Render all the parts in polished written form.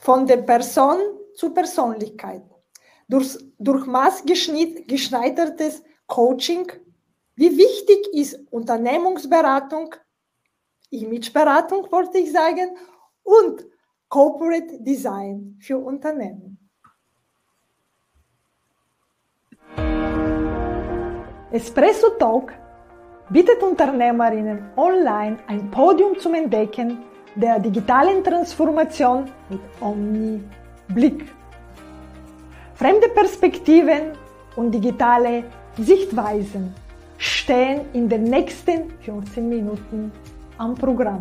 von der Person zur Persönlichkeit. Durch maßgeschneidertes Coaching. Wie wichtig ist Unternehmensberatung, Imageberatung, wollte ich sagen, und Corporate Design für Unternehmen? Espresso Talk bietet Unternehmerinnen online ein Podium zum Entdecken der digitalen Transformation mit Omniblick. Fremde Perspektiven und digitale Sichtweisen stehen in den nächsten 14 Minuten am Programm.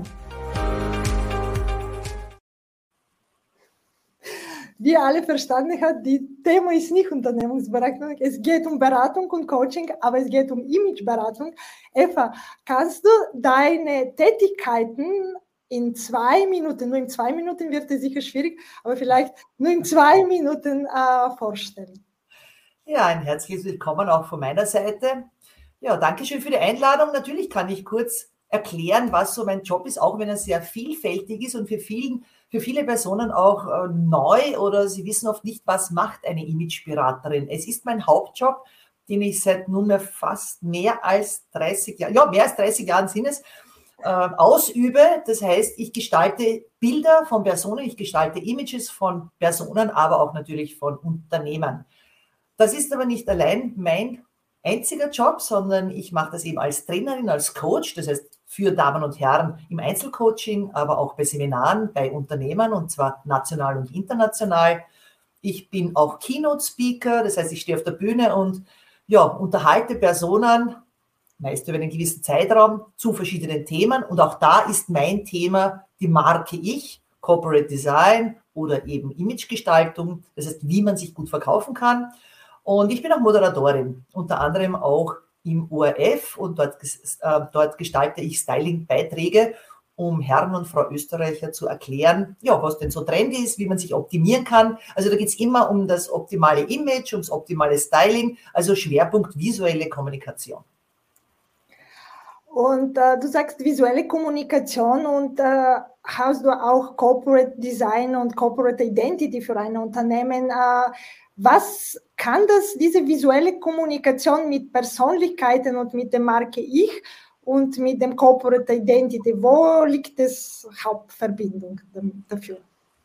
Wie ihr alle verstanden habt, das Thema ist nicht Unternehmensberatung, es geht um Beratung und Coaching, aber es geht um Imageberatung. Eva, kannst du deine Tätigkeiten in 2 Minuten, nur in 2 Minuten wird es sicher schwierig, aber vielleicht nur in 2 Minuten vorstellen? Ja, ein herzliches Willkommen auch von meiner Seite. Ja, danke schön für die Einladung. Natürlich kann ich kurz erklären, was so mein Job ist, auch wenn er sehr vielfältig ist und für viele Personen auch neu, oder sie wissen oft nicht, was macht eine Imageberaterin. Es ist mein Hauptjob, den ich seit nunmehr fast mehr als 30 Jahren sind es, ausübe. Das heißt, ich gestalte Bilder von Personen, ich gestalte Images von Personen, aber auch natürlich von Unternehmen. Das ist aber nicht allein mein einziger Job, sondern ich mache das eben als Trainerin, als Coach, das heißt für Damen und Herren im Einzelcoaching, aber auch bei Seminaren, bei Unternehmern, und zwar national und international. Ich bin auch Keynote-Speaker, das heißt, ich stehe auf der Bühne und unterhalte Personen, meist über einen gewissen Zeitraum, zu verschiedenen Themen. Und auch da ist mein Thema die Marke Ich, Corporate Design oder eben Imagegestaltung, das heißt, wie man sich gut verkaufen kann. Und ich bin auch Moderatorin, unter anderem auch im ORF, und dort gestalte ich Styling-Beiträge, um Herrn und Frau Österreicher zu erklären, was denn so trendy ist, wie man sich optimieren kann. Also da geht es immer um das optimale Image, ums optimale Styling, also Schwerpunkt visuelle Kommunikation. Und du sagst visuelle Kommunikation, und hast du auch Corporate Design und Corporate Identity für ein Unternehmen. Was kann diese visuelle Kommunikation mit Persönlichkeiten und mit der Marke Ich und mit dem Corporate Identity? Wo liegt das Hauptverbindung dafür?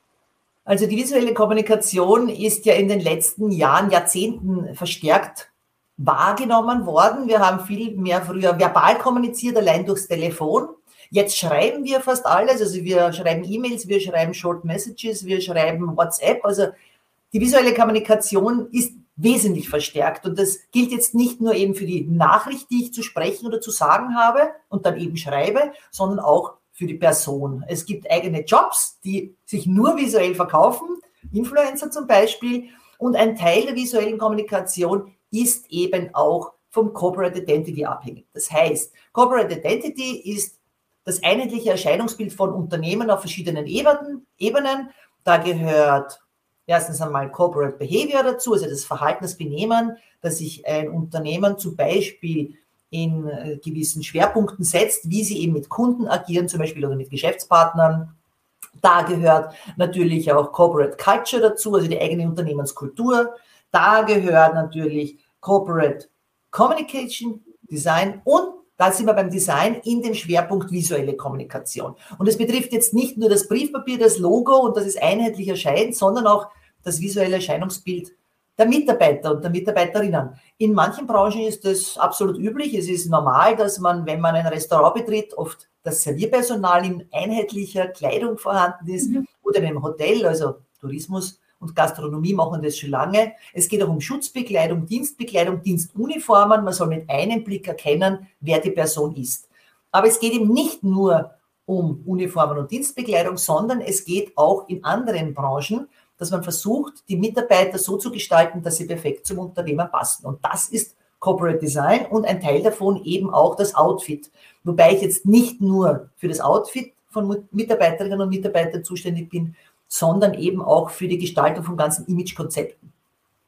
Also die visuelle Kommunikation ist ja in den letzten Jahren, Jahrzehnten verstärkt wahrgenommen worden. Wir haben viel mehr früher verbal kommuniziert, allein durchs Telefon. Jetzt schreiben wir fast alles, also wir schreiben E-Mails, wir schreiben Short Messages, wir schreiben WhatsApp. Also die visuelle Kommunikation ist wesentlich verstärkt, und das gilt jetzt nicht nur eben für die Nachricht, die ich zu sprechen oder zu sagen habe und dann eben schreibe, sondern auch für die Person. Es gibt eigene Jobs, die sich nur visuell verkaufen, Influencer zum Beispiel, und ein Teil der visuellen Kommunikation ist eben auch vom Corporate Identity abhängig. Das heißt, Corporate Identity ist das einheitliche Erscheinungsbild von Unternehmen auf verschiedenen Ebenen. Da gehört erstens einmal Corporate Behavior dazu, also das Verhalten, das Benehmen, dass sich ein Unternehmen zum Beispiel in gewissen Schwerpunkten setzt, wie sie eben mit Kunden agieren, zum Beispiel, oder mit Geschäftspartnern. Da gehört natürlich auch Corporate Culture dazu, also die eigene Unternehmenskultur. Da gehört natürlich Corporate Communication, Design, und da sind wir beim Design in dem Schwerpunkt visuelle Kommunikation. Und es betrifft jetzt nicht nur das Briefpapier, das Logo und dass es einheitlich erscheint, sondern auch das visuelle Erscheinungsbild der Mitarbeiter und der Mitarbeiterinnen. In manchen Branchen ist das absolut üblich. Es ist normal, dass man, wenn man ein Restaurant betritt, oft das Servierpersonal in einheitlicher Kleidung vorhanden ist, oder in einem Hotel, also Tourismus und Gastronomie machen das schon lange. Es geht auch um Schutzbekleidung, Dienstuniformen. Man soll mit einem Blick erkennen, wer die Person ist. Aber es geht eben nicht nur um Uniformen und Dienstbekleidung, sondern es geht auch in anderen Branchen, dass man versucht, die Mitarbeiter so zu gestalten, dass sie perfekt zum Unternehmen passen. Und das ist Corporate Design, und ein Teil davon eben auch das Outfit. Wobei ich jetzt nicht nur für das Outfit von Mitarbeiterinnen und Mitarbeitern zuständig bin, sondern eben auch für die Gestaltung von ganzen Imagekonzepten.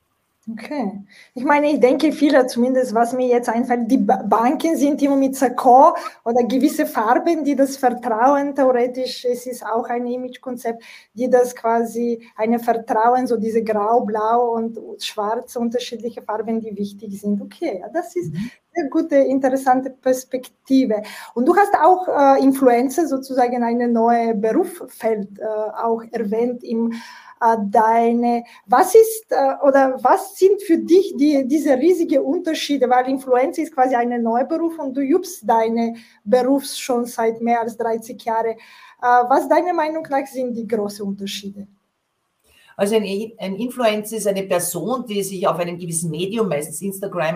Okay. Ich meine, ich denke, viele, zumindest was mir jetzt einfällt, die Banken sind immer mit Sakko oder gewisse Farben, die das Vertrauen theoretisch, es ist auch ein Imagekonzept, die das quasi eine Vertrauen, so diese Grau, Blau und Schwarz, unterschiedliche Farben, die wichtig sind. Okay, ja, das ist eine gute, interessante Perspektive. Und du hast auch Influencer, sozusagen eine neue Berufsfeld auch erwähnt im was ist oder was sind für dich diese riesigen Unterschiede, weil Influencer ist quasi ein Neuberuf und du übst deine Berufs schon seit mehr als 30 Jahren. Was deiner Meinung nach sind die großen Unterschiede? Also ein Influencer ist eine Person, die sich auf einem gewissen Medium, meistens Instagram,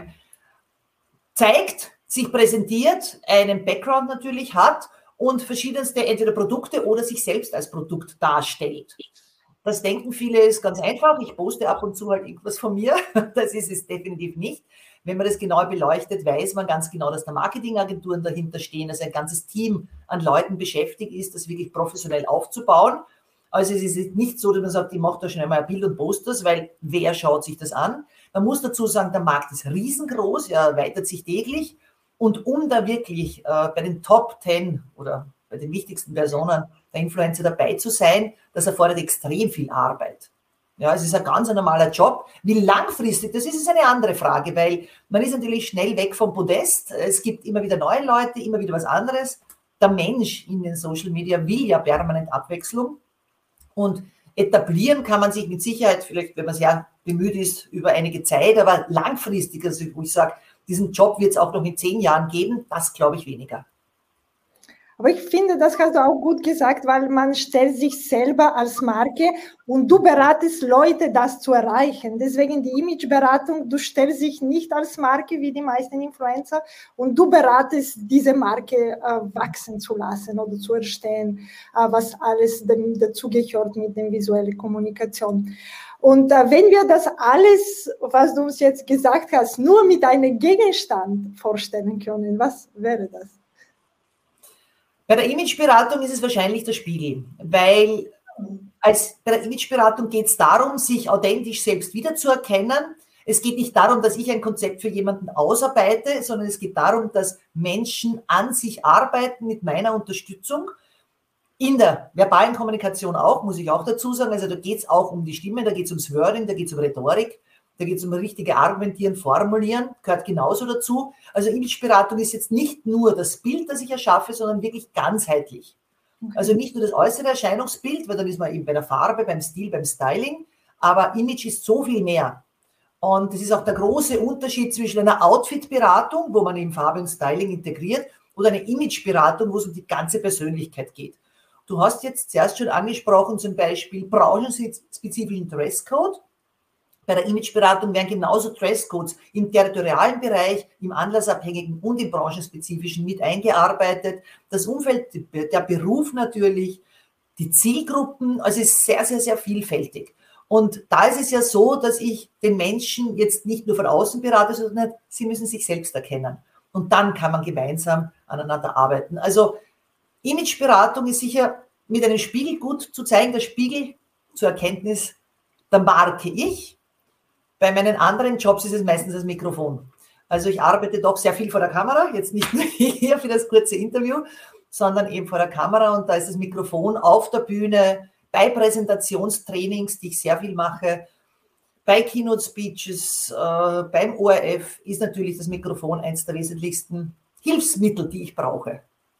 zeigt, sich präsentiert, einen Background natürlich hat und verschiedenste entweder Produkte oder sich selbst als Produkt darstellt. Das denken viele, ist ganz einfach. Ich poste ab und zu halt irgendwas von mir. Das ist es definitiv nicht. Wenn man das genau beleuchtet, weiß man ganz genau, dass da Marketingagenturen dahinter stehen, dass ein ganzes Team an Leuten beschäftigt ist, das wirklich professionell aufzubauen. Also es ist nicht so, dass man sagt, ich mache da schnell mal ein Bild und poste das, weil wer schaut sich das an? Man muss dazu sagen, der Markt ist riesengroß, er erweitert sich täglich. Und um da wirklich bei den Top 10 oder bei den wichtigsten Personen der Influencer dabei zu sein, das erfordert extrem viel Arbeit. Ja, es ist ein ganz normaler Job. Wie langfristig das ist eine andere Frage, weil man ist natürlich schnell weg vom Podest. Es gibt immer wieder neue Leute, immer wieder was anderes. Der Mensch in den Social Media will ja permanent Abwechslung und etablieren kann man sich mit Sicherheit, vielleicht wenn man sehr bemüht ist, über einige Zeit, aber langfristig, also wo ich sage, diesen Job wird es auch noch in 10 Jahren geben, das glaube ich weniger. Aber ich finde, das hast du auch gut gesagt, weil man stellt sich selber als Marke und du beratest Leute, das zu erreichen. Deswegen die Imageberatung, du stellst dich nicht als Marke wie die meisten Influencer und du beratest diese Marke wachsen zu lassen oder zu erstellen, was alles dazugehört mit der visuellen Kommunikation. Und wenn wir das alles, was du uns jetzt gesagt hast, nur mit einem Gegenstand vorstellen können, was wäre das? Bei der Imageberatung ist es wahrscheinlich der Spiegel, weil bei der Imageberatung geht es darum, sich authentisch selbst wiederzuerkennen. Es geht nicht darum, dass ich ein Konzept für jemanden ausarbeite, sondern es geht darum, dass Menschen an sich arbeiten mit meiner Unterstützung. In der verbalen Kommunikation auch, muss ich auch dazu sagen. Also da geht es auch um die Stimme, da geht es ums Wording, da geht es um Rhetorik. Da geht es um richtige Argumentieren, Formulieren, gehört genauso dazu. Also Imageberatung ist jetzt nicht nur das Bild, das ich erschaffe, sondern wirklich ganzheitlich. Also nicht nur das äußere Erscheinungsbild, weil dann ist man eben bei der Farbe, beim Stil, beim Styling, aber Image ist so viel mehr. Und das ist auch der große Unterschied zwischen einer Outfit-Beratung, wo man eben Farbe und Styling integriert, oder eine Image-Beratung, wo es um die ganze Persönlichkeit geht. Du hast jetzt zuerst schon angesprochen, zum Beispiel branchenspezifischen Dresscode. Bei der Imageberatung werden genauso Dresscodes im territorialen Bereich, im anlassabhängigen und im branchenspezifischen mit eingearbeitet. Das Umfeld, der Beruf natürlich, die Zielgruppen, also es ist sehr, sehr, sehr vielfältig. Und da ist es ja so, dass ich den Menschen jetzt nicht nur von außen berate, sondern sie müssen sich selbst erkennen. Und dann kann man gemeinsam aneinander arbeiten. Also Imageberatung ist sicher mit einem Spiegel gut zu zeigen, der Spiegel zur Erkenntnis der Marke ich. Bei meinen anderen Jobs ist es meistens das Mikrofon. Also ich arbeite doch sehr viel vor der Kamera, jetzt nicht nur hier für das kurze Interview, sondern eben vor der Kamera und da ist das Mikrofon auf der Bühne, bei Präsentationstrainings, die ich sehr viel mache, bei Keynote-Speeches, beim ORF ist natürlich das Mikrofon eines der wesentlichsten Hilfsmittel, die ich brauche.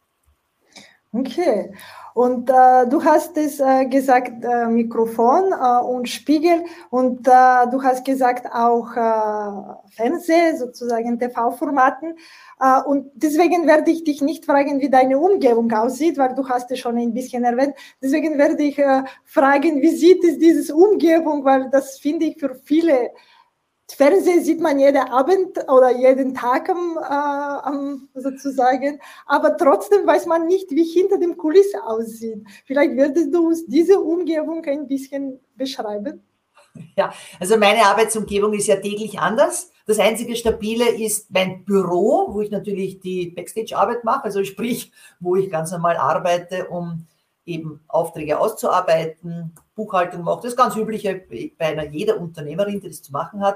Okay, und du hast es gesagt, Mikrofon und Spiegel und du hast gesagt auch Fernseh, sozusagen TV-Formaten und deswegen werde ich dich nicht fragen, wie deine Umgebung aussieht, weil du hast es schon ein bisschen erwähnt, deswegen werde ich fragen, wie sieht es diese Umgebung, weil das finde ich für viele Fernsehen sieht man jeden Abend oder jeden Tag sozusagen, aber trotzdem weiß man nicht, wie hinter dem Kulisse aussieht. Vielleicht würdest du uns diese Umgebung ein bisschen beschreiben? Ja, also meine Arbeitsumgebung ist ja täglich anders. Das einzige Stabile ist mein Büro, wo ich natürlich die Backstage-Arbeit mache, also sprich, wo ich ganz normal arbeite, um eben Aufträge auszuarbeiten, Buchhaltung mache, das ganz Übliche bei jeder Unternehmerin, die das zu machen hat.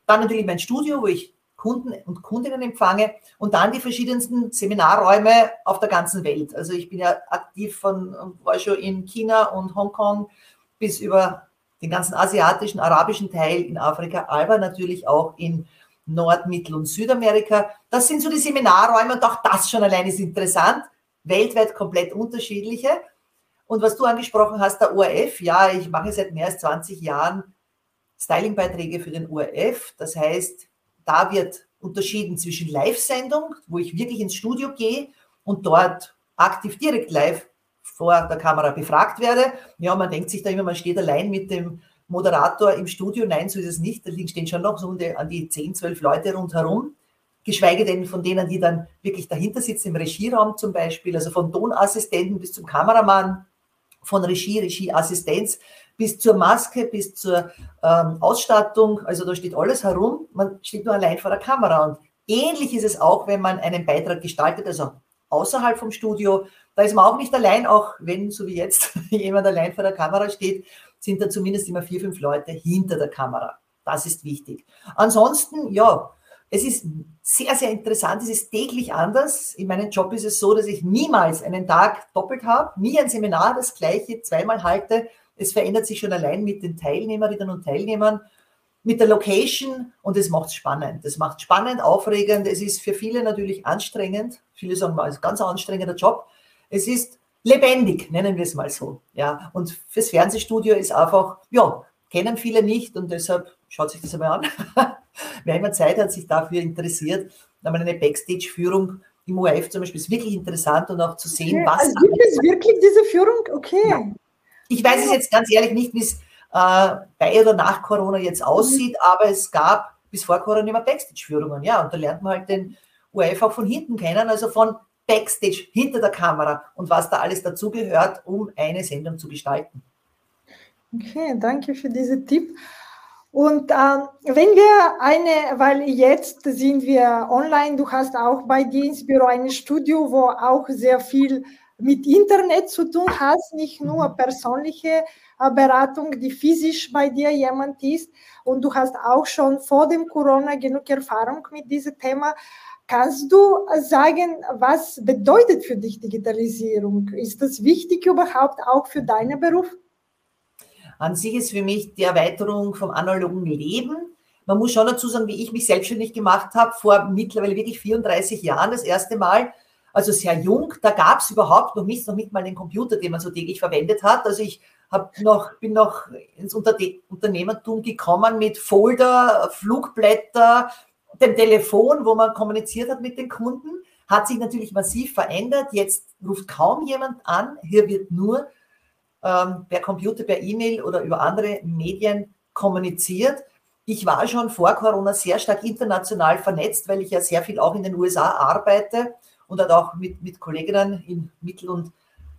Dann natürlich mein Studio, wo ich Kunden und Kundinnen empfange und dann die verschiedensten Seminarräume auf der ganzen Welt. Also ich bin ja aktiv war schon in China und Hongkong bis über den ganzen asiatischen, arabischen Teil in Afrika, aber natürlich auch in Nord-, Mittel- und Südamerika. Das sind so die Seminarräume und auch das schon allein ist interessant. Weltweit komplett unterschiedliche. Und was du angesprochen hast, der ORF, ja, ich mache seit mehr als 20 Jahren Stylingbeiträge für den ORF. Das heißt, da wird unterschieden zwischen Live-Sendung, wo ich wirklich ins Studio gehe und dort aktiv direkt live vor der Kamera befragt werde. Ja, man denkt sich da immer, man steht allein mit dem Moderator im Studio. Nein, so ist es nicht. Da stehen schon noch so an die 10, 12 Leute rundherum. Geschweige denn von denen, die dann wirklich dahinter sitzen, im Regieraum zum Beispiel, also von Tonassistenten bis zum Kameramann, von Regieassistenz bis zur Maske, bis zur Ausstattung. Also da steht alles herum. Man steht nur allein vor der Kamera. Und ähnlich ist es auch, wenn man einen Beitrag gestaltet, also außerhalb vom Studio. Da ist man auch nicht allein, auch wenn, so wie jetzt, jemand allein vor der Kamera steht, sind da zumindest immer 4, 5 Leute hinter der Kamera. Das ist wichtig. Ansonsten, ja, es ist sehr, sehr interessant. Es ist täglich anders. In meinem Job ist es so, dass ich niemals einen Tag doppelt habe, nie ein Seminar das gleiche zweimal halte. Es verändert sich schon allein mit den Teilnehmerinnen und Teilnehmern, mit der Location und es macht es spannend. Es macht spannend, aufregend. Es ist für viele natürlich anstrengend. Viele sagen mal, es ist ein ganz anstrengender Job. Es ist lebendig, nennen wir es mal so. Ja. Und fürs Fernsehstudio ist einfach, ja, kennen viele nicht und deshalb schaut sich das einmal an. Wer immer Zeit hat, sich dafür interessiert, aber eine Backstage-Führung im ORF zum Beispiel ist wirklich interessant und auch zu sehen, Okay, was... also gibt es wirklich diese Führung? Okay. Ja. Ich weiß es jetzt ganz ehrlich nicht, wie es bei oder nach Corona jetzt aussieht, aber es gab bis vor Corona immer Backstage-Führungen, ja, und da lernt man halt den ORF auch von hinten kennen, also von Backstage, hinter der Kamera und was da alles dazugehört, um eine Sendung zu gestalten. Okay, danke für diesen Tipp. Und wenn wir weil jetzt sind wir online, du hast auch bei dir ins Büro ein Studio, wo auch sehr viel mit Internet zu tun hast, nicht nur persönliche Beratung, die physisch bei dir jemand ist. Und du hast auch schon vor dem Corona genug Erfahrung mit diesem Thema. Kannst du sagen, was bedeutet für dich Digitalisierung? Ist das wichtig überhaupt auch für deinen Beruf? An sich ist für mich die Erweiterung vom analogen Leben. Man muss schon dazu sagen, wie ich mich selbstständig gemacht habe, vor mittlerweile wirklich 34 Jahren das erste Mal, also sehr jung, da gab es überhaupt noch nicht mal den Computer, den man so täglich verwendet hat. Also ich bin noch ins Unternehmertum gekommen mit Folder, Flugblätter, dem Telefon, wo man kommuniziert hat mit den Kunden. Hat sich natürlich massiv verändert. Jetzt ruft kaum jemand an. Hier wird nur per Computer, per E-Mail oder über andere Medien kommuniziert. Ich war schon vor Corona sehr stark international vernetzt, weil ich ja sehr viel auch in den USA arbeite und halt auch mit Kolleginnen in Mittel- und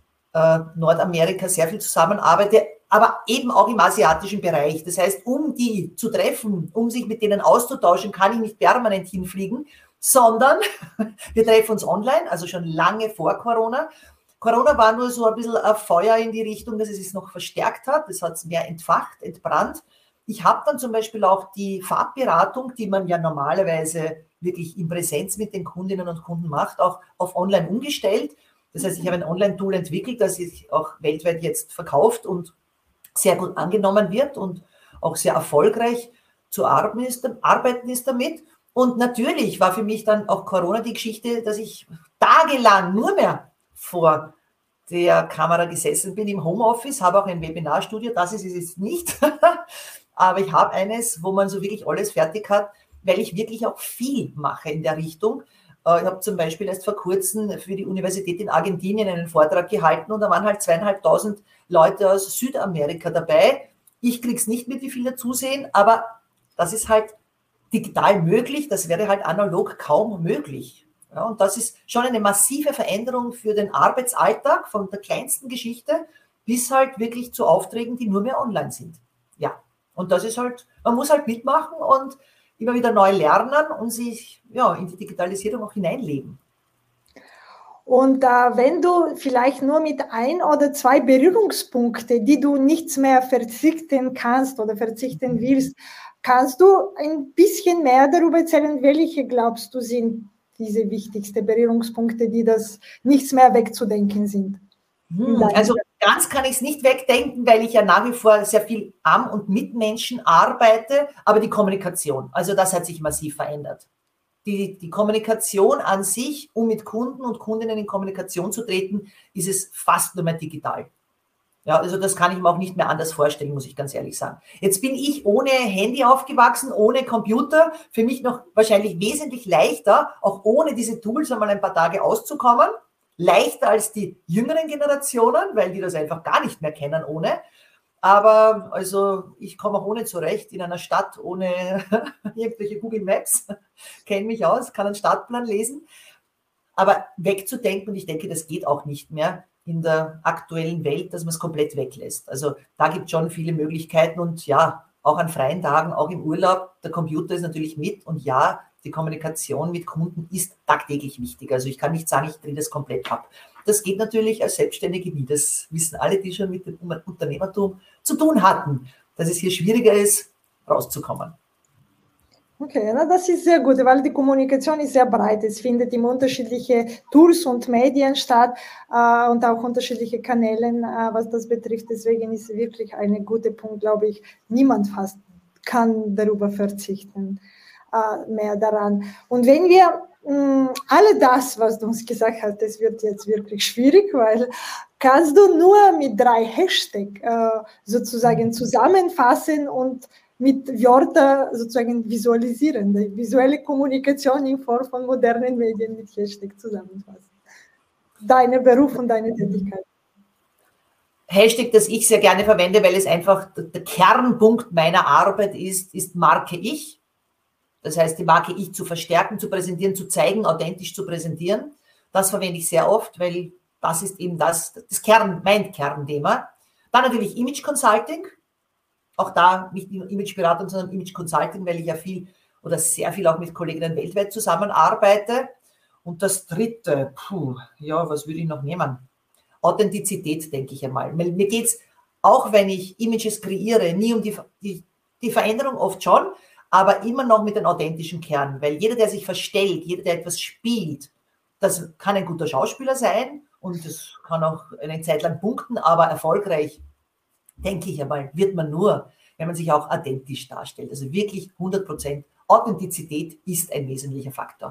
Nordamerika sehr viel zusammenarbeite, aber eben auch im asiatischen Bereich. Das heißt, um die zu treffen, um sich mit denen auszutauschen, kann ich nicht permanent hinfliegen, sondern wir treffen uns online, also schon lange vor Corona. Corona war nur so ein bisschen ein Feuer in die Richtung, dass es sich noch verstärkt hat. Das hat es mehr entfacht, entbrannt. Ich habe dann zum Beispiel auch die Farbberatung, die man ja normalerweise wirklich in Präsenz mit den Kundinnen und Kunden macht, auch auf online umgestellt. Das heißt, ich habe ein Online-Tool entwickelt, das sich auch weltweit jetzt verkauft und sehr gut angenommen wird und auch sehr erfolgreich zu arbeiten ist damit. Und natürlich war für mich dann auch Corona die Geschichte, dass ich tagelang nur mehr vor der Kamera gesessen bin im Homeoffice, habe auch ein Webinarstudio, das ist es jetzt nicht, aber ich habe eines, wo man so wirklich alles fertig hat, weil ich wirklich auch viel mache in der Richtung. Ich habe zum Beispiel erst vor kurzem für die Universität in Argentinien einen Vortrag gehalten und da waren halt 2.500 Leute aus Südamerika dabei. Ich kriege es nicht mit, wie viele zusehen, aber das ist halt digital möglich, das wäre halt analog kaum möglich. Ja, und das ist schon eine massive Veränderung für den Arbeitsalltag, von der kleinsten Geschichte bis halt wirklich zu Aufträgen, die nur mehr online sind. Ja, und das ist halt, man muss halt mitmachen und immer wieder neu lernen und sich ja, in die Digitalisierung auch hineinleben. Und wenn du vielleicht nur mit 1 oder 2 Berührungspunkte, die du nichts mehr verzichten kannst oder verzichten willst, kannst du ein bisschen mehr darüber erzählen, welche glaubst du sind diese wichtigsten Berührungspunkte, die das nichts mehr wegzudenken sind? Also ganz kann ich es nicht wegdenken, weil ich ja nach wie vor sehr viel am und mit Menschen arbeite, aber die Kommunikation, also das hat sich massiv verändert. Die Kommunikation an sich, um mit Kunden und Kundinnen in Kommunikation zu treten, ist es fast nur mehr digital. Ja, also das kann ich mir auch nicht mehr anders vorstellen, muss ich ganz ehrlich sagen. Jetzt bin ich ohne Handy aufgewachsen, ohne Computer, für mich noch wahrscheinlich wesentlich leichter, auch ohne diese Tools einmal ein paar Tage auszukommen. Leichter als die jüngeren Generationen, weil die das einfach gar nicht mehr kennen ohne. Aber also ich komme auch ohne zurecht in einer Stadt ohne irgendwelche Google Maps, kenne mich aus, kann einen Stadtplan lesen. Aber wegzudenken, und ich denke, das geht auch nicht mehr in der aktuellen Welt, dass man es komplett weglässt. Also da gibt es schon viele Möglichkeiten und ja, auch an freien Tagen, auch im Urlaub, der Computer ist natürlich mit und ja, die Kommunikation mit Kunden ist tagtäglich wichtig. Also ich kann nicht sagen, ich drehe das komplett ab. Das geht natürlich als Selbstständige nie. Das wissen alle, die schon mit dem Unternehmertum zu tun hatten, dass es hier schwieriger ist, rauszukommen. Okay, na, das ist sehr gut, weil die Kommunikation ist sehr breit. Es findet in unterschiedliche Tools und Medien statt und auch unterschiedliche Kanäle, was das betrifft. Deswegen ist wirklich ein guter Punkt, glaube ich. Niemand fast kann darüber verzichten, mehr daran. Und wenn wir alle das, was du uns gesagt hast, das wird jetzt wirklich schwierig, weil kannst du nur mit 3 Hashtags sozusagen zusammenfassen und mit Wörtern sozusagen visualisieren, die visuelle Kommunikation in Form von modernen Medien mit Hashtag zusammenfassen. Deine Beruf und deine Tätigkeit. Hashtag, das ich sehr gerne verwende, weil es einfach der Kernpunkt meiner Arbeit ist Marke Ich. Das heißt, die Marke Ich zu verstärken, zu präsentieren, zu zeigen, authentisch zu präsentieren. Das verwende ich sehr oft, weil das ist eben mein Kernthema. Dann natürlich Image Consulting. Auch da nicht nur Imageberatung, sondern Image Consulting, weil ich ja sehr viel auch mit Kolleginnen weltweit zusammenarbeite. Und das dritte, was würde ich noch nehmen? Authentizität, denke ich einmal. Mir geht es, auch wenn ich Images kreiere, nie um die Veränderung, oft schon, aber immer noch mit einem authentischen Kern. Weil jeder, der sich verstellt, jeder, der etwas spielt, das kann ein guter Schauspieler sein und das kann auch eine Zeit lang punkten, aber erfolgreich, denke ich einmal, wird man nur, wenn man sich auch authentisch darstellt. Also wirklich 100%. Authentizität ist ein wesentlicher Faktor.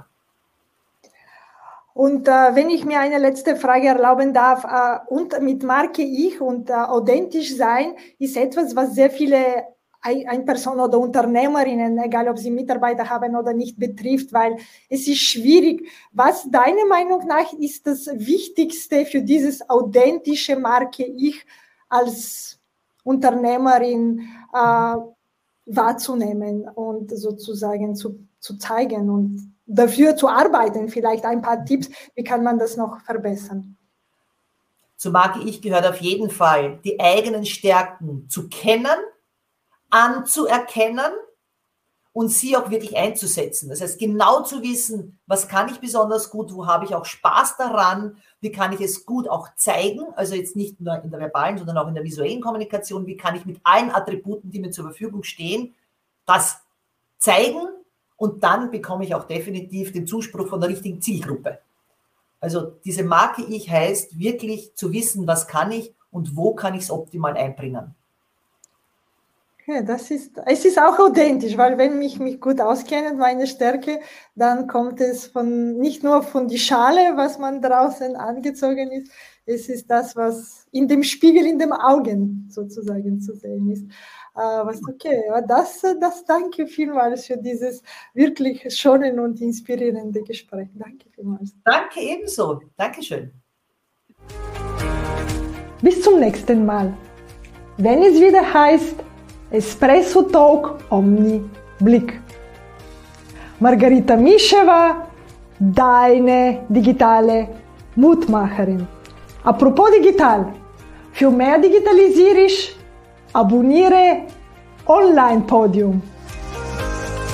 Und wenn ich mir eine letzte Frage erlauben darf, und mit Marke Ich und authentisch sein ist etwas, was sehr viele Einpersonen oder Unternehmerinnen, egal ob sie Mitarbeiter haben oder nicht, betrifft, weil es ist schwierig. Was deiner Meinung nach ist das Wichtigste für dieses authentische Marke Ich als Unternehmerin wahrzunehmen und sozusagen zu zeigen und dafür zu arbeiten? Vielleicht ein paar Tipps, wie kann man das noch verbessern? Zur Marke Ich gehört auf jeden Fall, die eigenen Stärken zu kennen, anzuerkennen und sie auch wirklich einzusetzen. Das heißt, genau zu wissen, was kann ich besonders gut, wo habe ich auch Spaß daran, wie kann ich es gut auch zeigen, also jetzt nicht nur in der verbalen, sondern auch in der visuellen Kommunikation, wie kann ich mit allen Attributen, die mir zur Verfügung stehen, das zeigen und dann bekomme ich auch definitiv den Zuspruch von der richtigen Zielgruppe. Also diese Marke Ich heißt wirklich zu wissen, was kann ich und wo kann ich es optimal einbringen. Ja, es ist auch authentisch, weil wenn ich mich gut auskenne, meine Stärke, dann kommt es nicht nur von die Schale, was man draußen angezogen ist, es ist das, was in dem Spiegel, in den Augen sozusagen zu sehen ist. Okay, das danke vielmals für dieses wirklich schöne und inspirierende Gespräch. Danke vielmals. Danke ebenso. Dankeschön. Bis zum nächsten Mal. Wenn es wieder heißt, Espresso Talk Omni Blick. Margarita Mischewa, deine digitale Mutmacherin. Apropos digital, für mehr Digitalisierung abonniere Online Podium.